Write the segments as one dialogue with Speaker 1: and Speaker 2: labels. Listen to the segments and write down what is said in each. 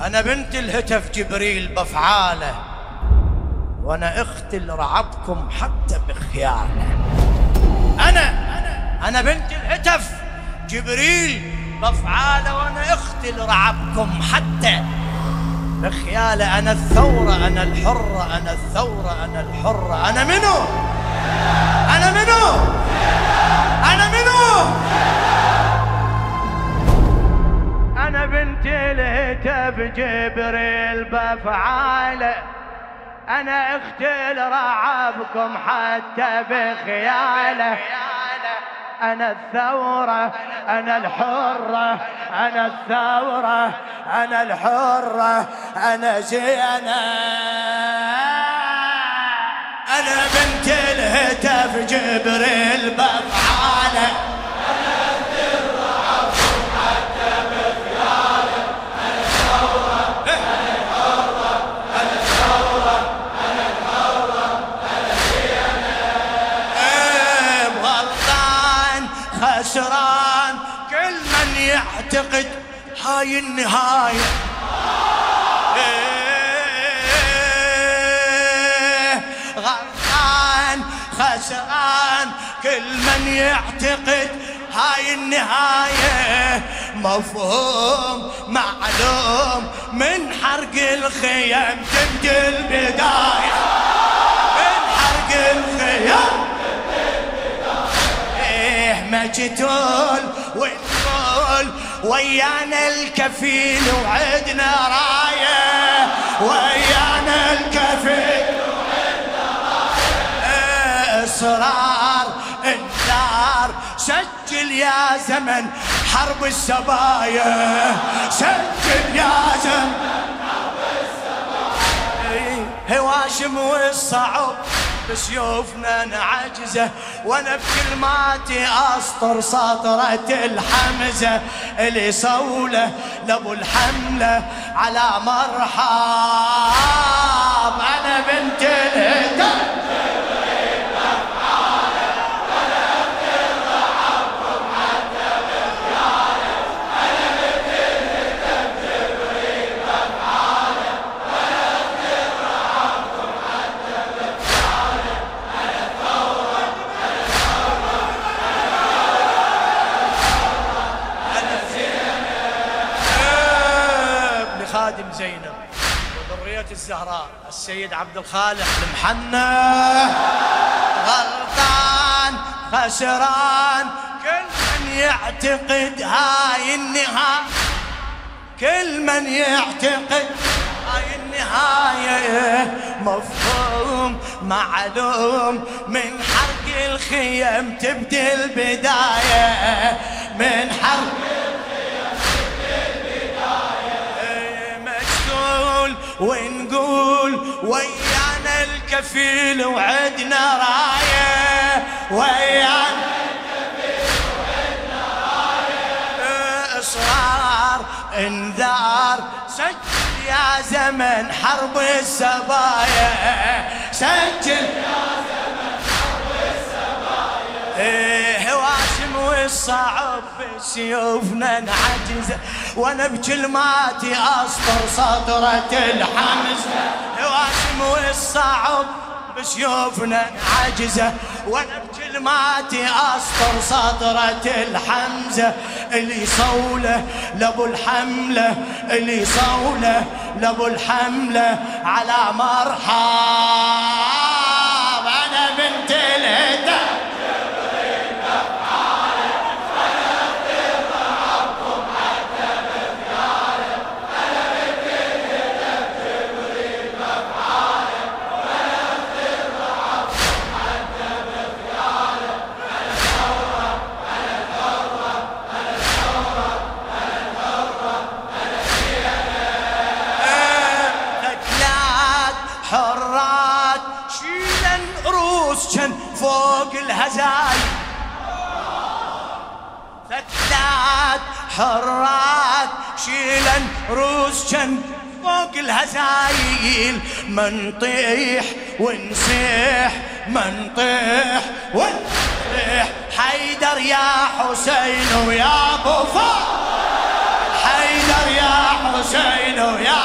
Speaker 1: أنا بنت الهتف جبريل بأفعاله، وأنا أختل رعبكم حتى بخياله. أنا بنت الهتف جبريل بأفعاله، وأنا أختل رعبكم حتى بخياله. أنا الثورة، أنا الحرة، أنا الثورة، أنا الحرة. أنا منو؟ أنا منو؟ أنا منو؟ أنا بنت الهتف جبريل بأفعاله، أنا أختل رعبكم حتى بخياله. أنا الثورة، أنا الحرة، أنا الثورة، أنا الحرة، أنا زينة. أنا بنت الهتف جبريل بأفعاله، خسران كل من يعتقد هاي النهاية. غلطان خسران كل من يعتقد هاي النهاية. مفهوم معلوم من حرق الخيم تبدي البداية. من حرق الخيم مجتول ونقول ويانا الكفيل وعدنا راية. ويانا الكفيل وعدنا راية. إصرار انذار سجل يا زمن حرب السبايا. سجل يا زمن حرب السبايا. هواشم والصعب بسيوفنا نعجزه، وانا بكلماتي اسطر سطرة الحمزة اللي صوله لابو الحملة على مرحب. انا بنت الهتف خادم زينب وذرية الزهراء السيد عبد الخالق المحنى. غلطان خسران كل من يعتقد هاي النهاية. كل من يعتقد هاي النهاية. مفهوم معلوم من حرق الخيم تبدي البداية. من حرق ونقول ويانا الكفيل وعدنا راية. ويانا الكفيل وعدنا راية. إصرار انذار سجل يا زمن حرب السبايا. سجل يا زمن حرب السبايا. هواشم والصعب بسيوفنا نعجزه، وانا بكلماتي اسطر سطرة الحمزة. هواشم والصعب بسيوفنا نعجزه، وانا بكلماتي اسطر سطرة الحمزة اللي صوله لابو الحملة. اللي صوله لابو الحملة على مرحب. انا بنت الهتف حرات شيلن روس كان فوق الهزايم. ثكلات حرات شيلن روس كان فوق الهزايل. منطيح ونصيح منطيح ونصيح. حيدر يا حسين ويا ابو فاضل. حيدر يا حسين ويا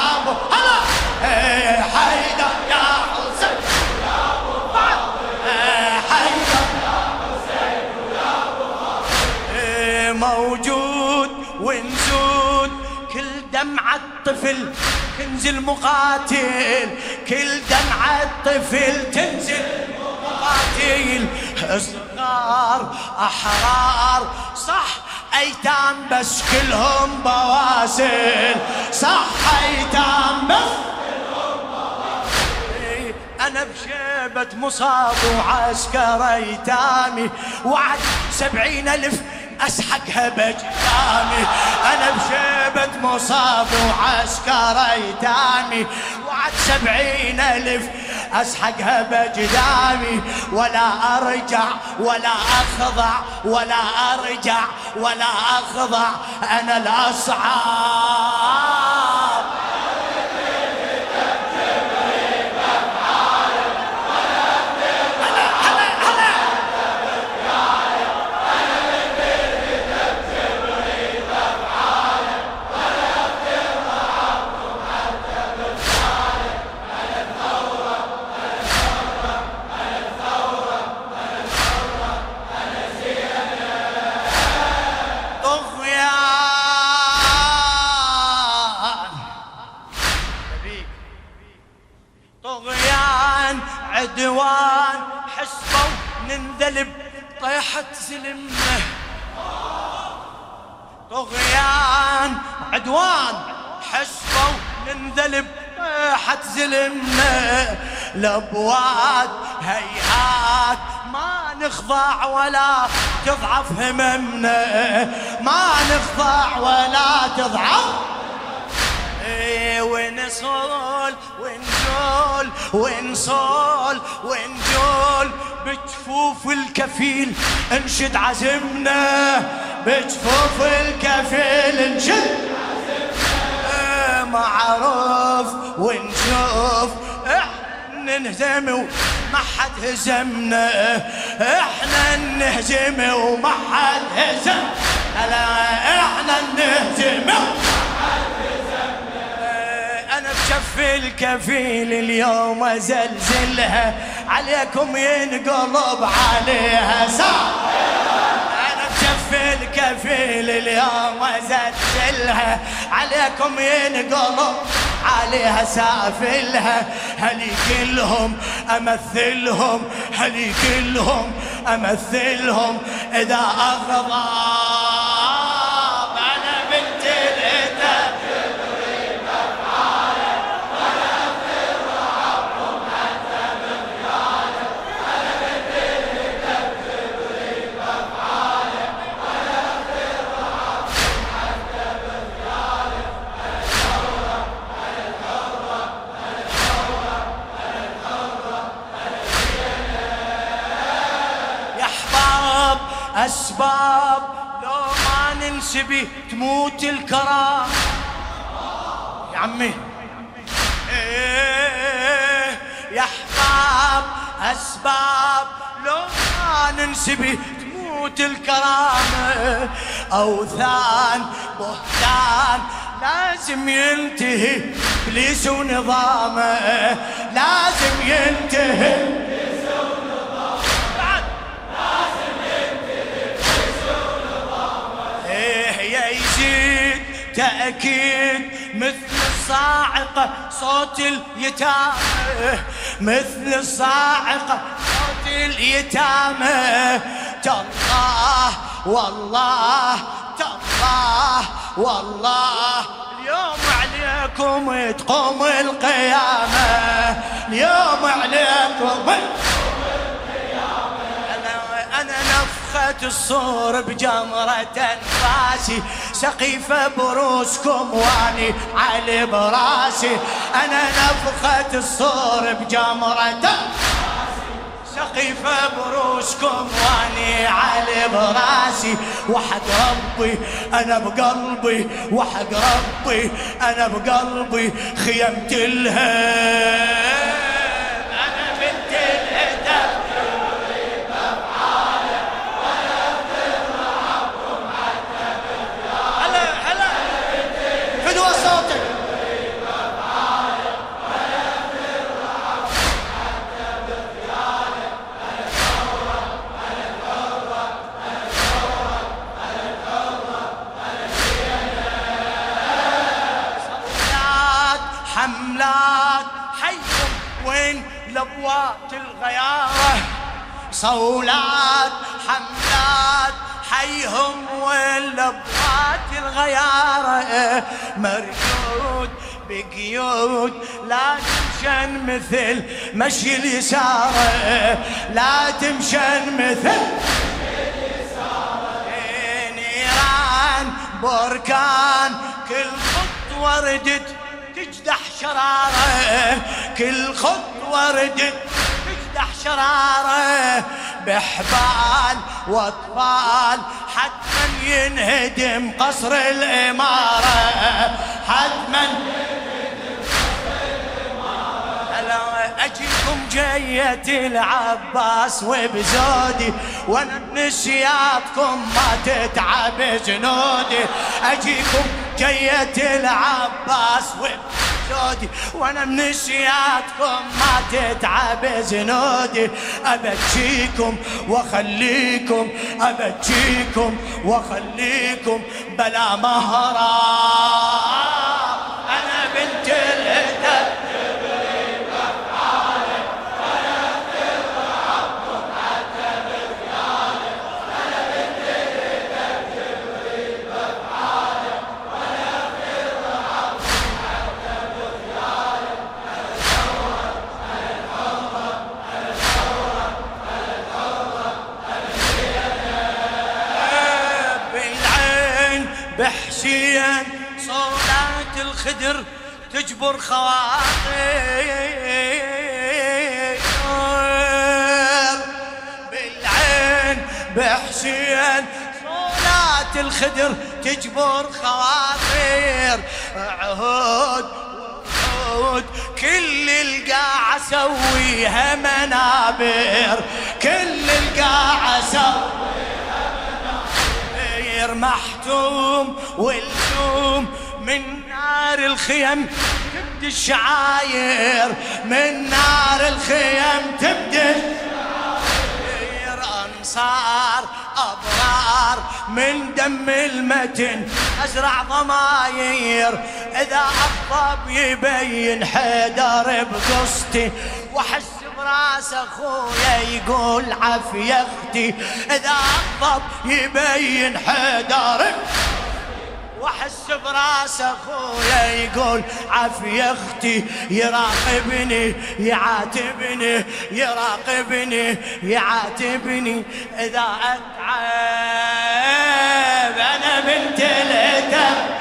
Speaker 1: موجود ونزود كل دمعة طفل تنزل مقاتل، كل دمعة طفل تنزل مقاتل. صغار أحرار صح أيتام بس كلهم بواسل، صح أيتام بس كلهم بواسل. أنا بشيبة مصاب وعسكر أيتامي وعد 70,000 أسحقها بجدامي. أنا بشيبة مصاب وعسكر أيتامي وعد 70,000 أسحقها بجدامي. ولا أرجع ولا أخضع ولا أرجع ولا أخضع أنا الأصعب. طغيان عدوان حسبوا ننذلب طيحة زلمه. طغيان عدوان حسبوا ننذلب طيحة زلمه. الابواب هيهات ما نخضع ولا تضعف هممنا، ما نخضع ولا تضعف. ونصول ونجول ونصول ونجول بجفوف الكفيل انشد عزمنا، بجفوف الكفيل انشد عزمنا. معروف ونشوف احنا نهزم وما حد هزمنا، احنا نهزم وما حد هزم. لا احنا نهزم بشف الكفيل اليوم أزلزلها عليكم ينقلب عليها ساعة. أنا بشف الكفيل اليوم أزلزلها عليكم ينقلب عليها سافلها. هلي كلهم أمثلهم، هلي كلهم أمثلهم إذا أغضب أنا بنت الإدب. أسباب لو ما ننسبي تموت الكرامة يا عمي. يا أحباب أسباب لو ما ننسبي تموت الكرامة. أوثان بهتان لازم ينتهي إبليس ونظامه، لازم ينتهي تأكيد. مثل الصاعقة صوت اليتامى، مثل الصاعقة صوت اليتامى. تالله والله تالله والله اليوم عليكم تقوم القيامة، اليوم عليكم. أنا نفخة الصور بجمرة أنفاسي، سقيفة بروسكم واني علي براسي. أنا نفخة الصور بجمرة أنفاسي، سقيفة بروسكم واني علي براسي. وحق ربي أنا بقلبي، وحق ربي أنا بقلبي خيمت الهام. أنا بنت الهدف حملات حيهم وين لبوات الغيارة، صولات حملات حيهم وين لبوات الغيارة، مرقود بقيود لا تمشن مثل مشي اليسارة، لا تمشن مثل نيران بركان كل خطوة ردت تجدح شرارة، كل خطوة ردت تجدح شرارة، بحبال واطفال حتما ينهدم قصر الإمارة، حتما ينهدم قصر الإمارة. أجيكم جية العباس وبزودي وانا بنسياتكم ما تتعب جنودي، أجيكم جية العباس وبزودي وانا بنسياتكم ما تتعب جنودي، أبجيكم واخليكم، أبجيكم واخليكم بلا مهرة. أنا بنت الهدى بحسين صولات الخدر تجبر خواطر، بالعين بحسين صولات الخدر تجبر خواطر، عهود وعهود كل القاعة سويها منابر، كل القاعة سويها محتوم واللوم من نار الخيم تبدي الشعاير، من نار الخيم تبدي الشعاير، أنصار أبرار من دم المتن أزرع ضماير، إذا أغضب يبين حيدر بقصتي وحس براس اخويا يقول عافية اختي، اذا اغضب يبين حيدر واحس براس اخويا يقول عافية اختي، يراقبني يعاتبني، يراقبني يعاتبني، اذا اتعب انا بنت الهدى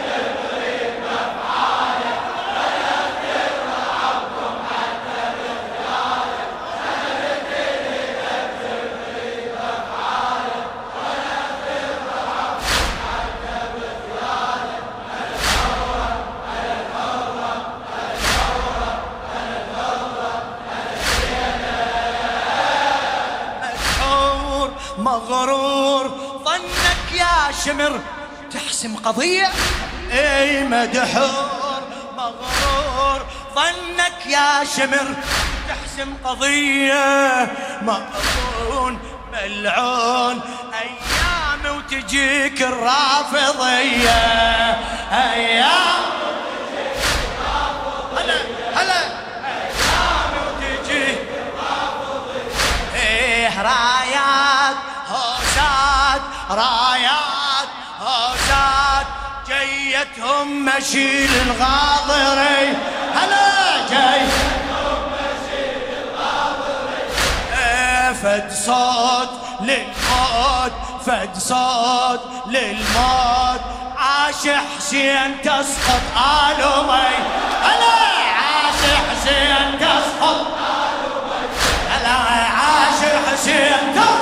Speaker 1: مغرور ظنك يا شمر تحسم قضية، اي مدحور مغرور ظنك يا شمر تحسم قضية، مأذون ملعون ايام وتجيك الرافضية، ايام وتجيك الرافضية، هلا ايام وتجيك الرافضية، ايه رايات هوسات رايات هوسات جيتهم مشيل الغاضري، هلا جيتهم مشيل الغاضري، فد صوت للموت، فد صوت للموت، عاش حسين تسقط آلومي، هلا عاش حسين تسقط آلومي، هلا عاش حسين تسقط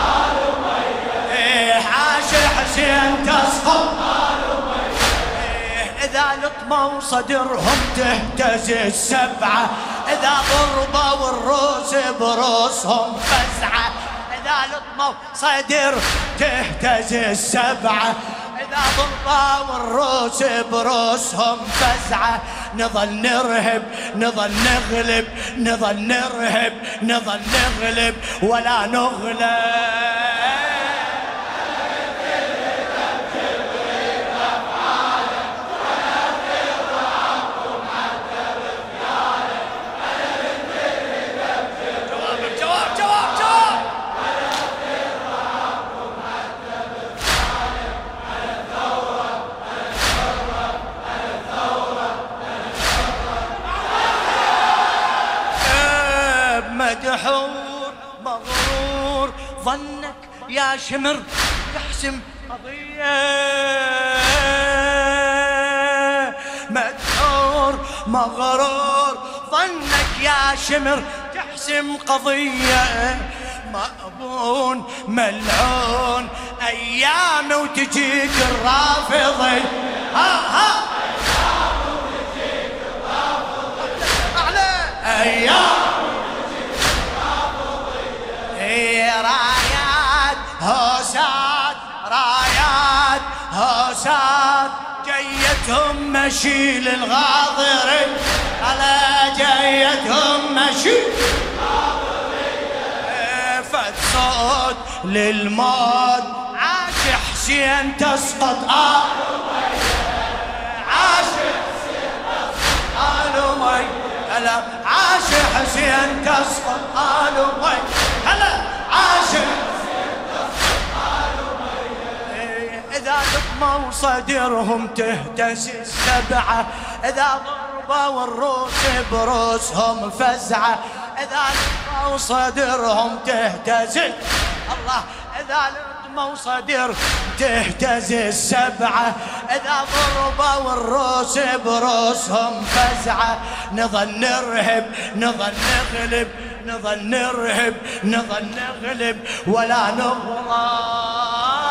Speaker 1: حسين تسقط، إذا لطموا صدرهم تهتز السبعة، إذا ضربوا الروس بروسهم فزعة، إذا لطموا صدر تهتز السبعة، إذا ضربوا الروس بروسهم فزعة، نظل نرهب نظل نغلب، نظل نرهب نظل نغلب ولا نغلب. ظنك يا شمر تحسم قضية، مدحور مغرور ظنك يا شمر تحسم قضية، مأبون ملعون أيام وتجيك الرافضي. ها أيام رايات هوسات رايات هوسات جيتهم مشيل الغاضرين، على جيتهم مشيل فد صوت للموت عاش حسين تسقط عاش حسين تسقط هلا عاش حسين تسقط هلا عاش حسين تسقط إذا لطموا صدرهم تهتز السبعة، إذا ضربوا الروس بروسهم فزعة، إذا لطموا صدرهم تهتز الله، إذا لطموا صدر تهتز السبعة، إذا ضربوا الروس بروسهم فزعة، نظل نرهب نظل نغلب نظل نرهب نظل نغلب ولا نغرى.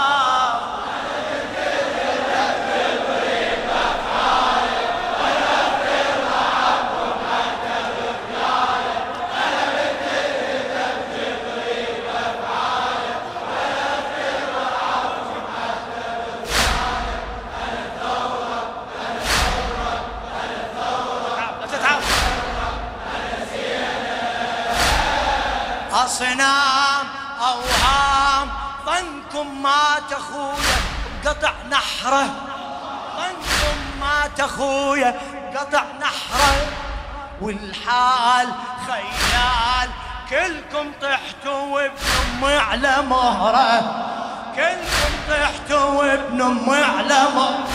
Speaker 1: أصنام أوهام ظنكم ما تخويا قطع نحره، ظنكم ما تخويا قطع نحره، والحال خيال كلكم طحتوا وابن أمي على مهره، كلكم طحتوا وابن أمي على مهره.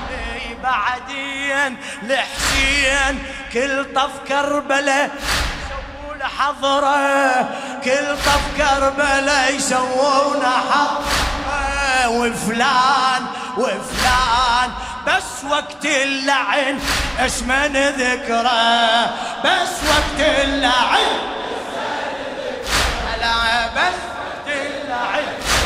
Speaker 1: بعدين لحسين كل طف كربلاء حضره، كل طف كربلاء يسوون حضره، وفلان وفلان بس وقت اللعن اسمه نذكره، بس وقت اللعن لا بس وقت اللعن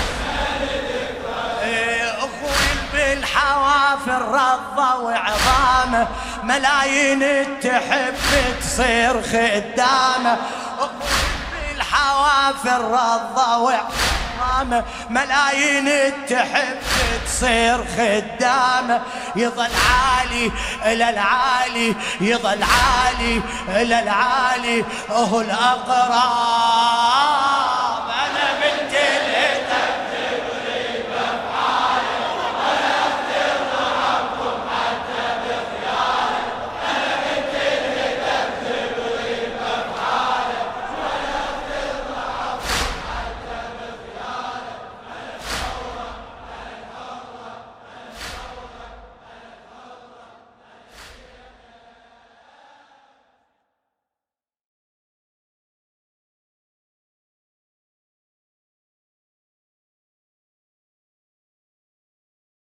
Speaker 1: اخوي بالحوافر رضا وعظامه، ملايين تحب تصير خدامه، بالحوافر رضا وعظامه، ملايين تحب تصير خدامه، يظل عالي الى العالي يظل عالي الى العالي اهو الاقرار.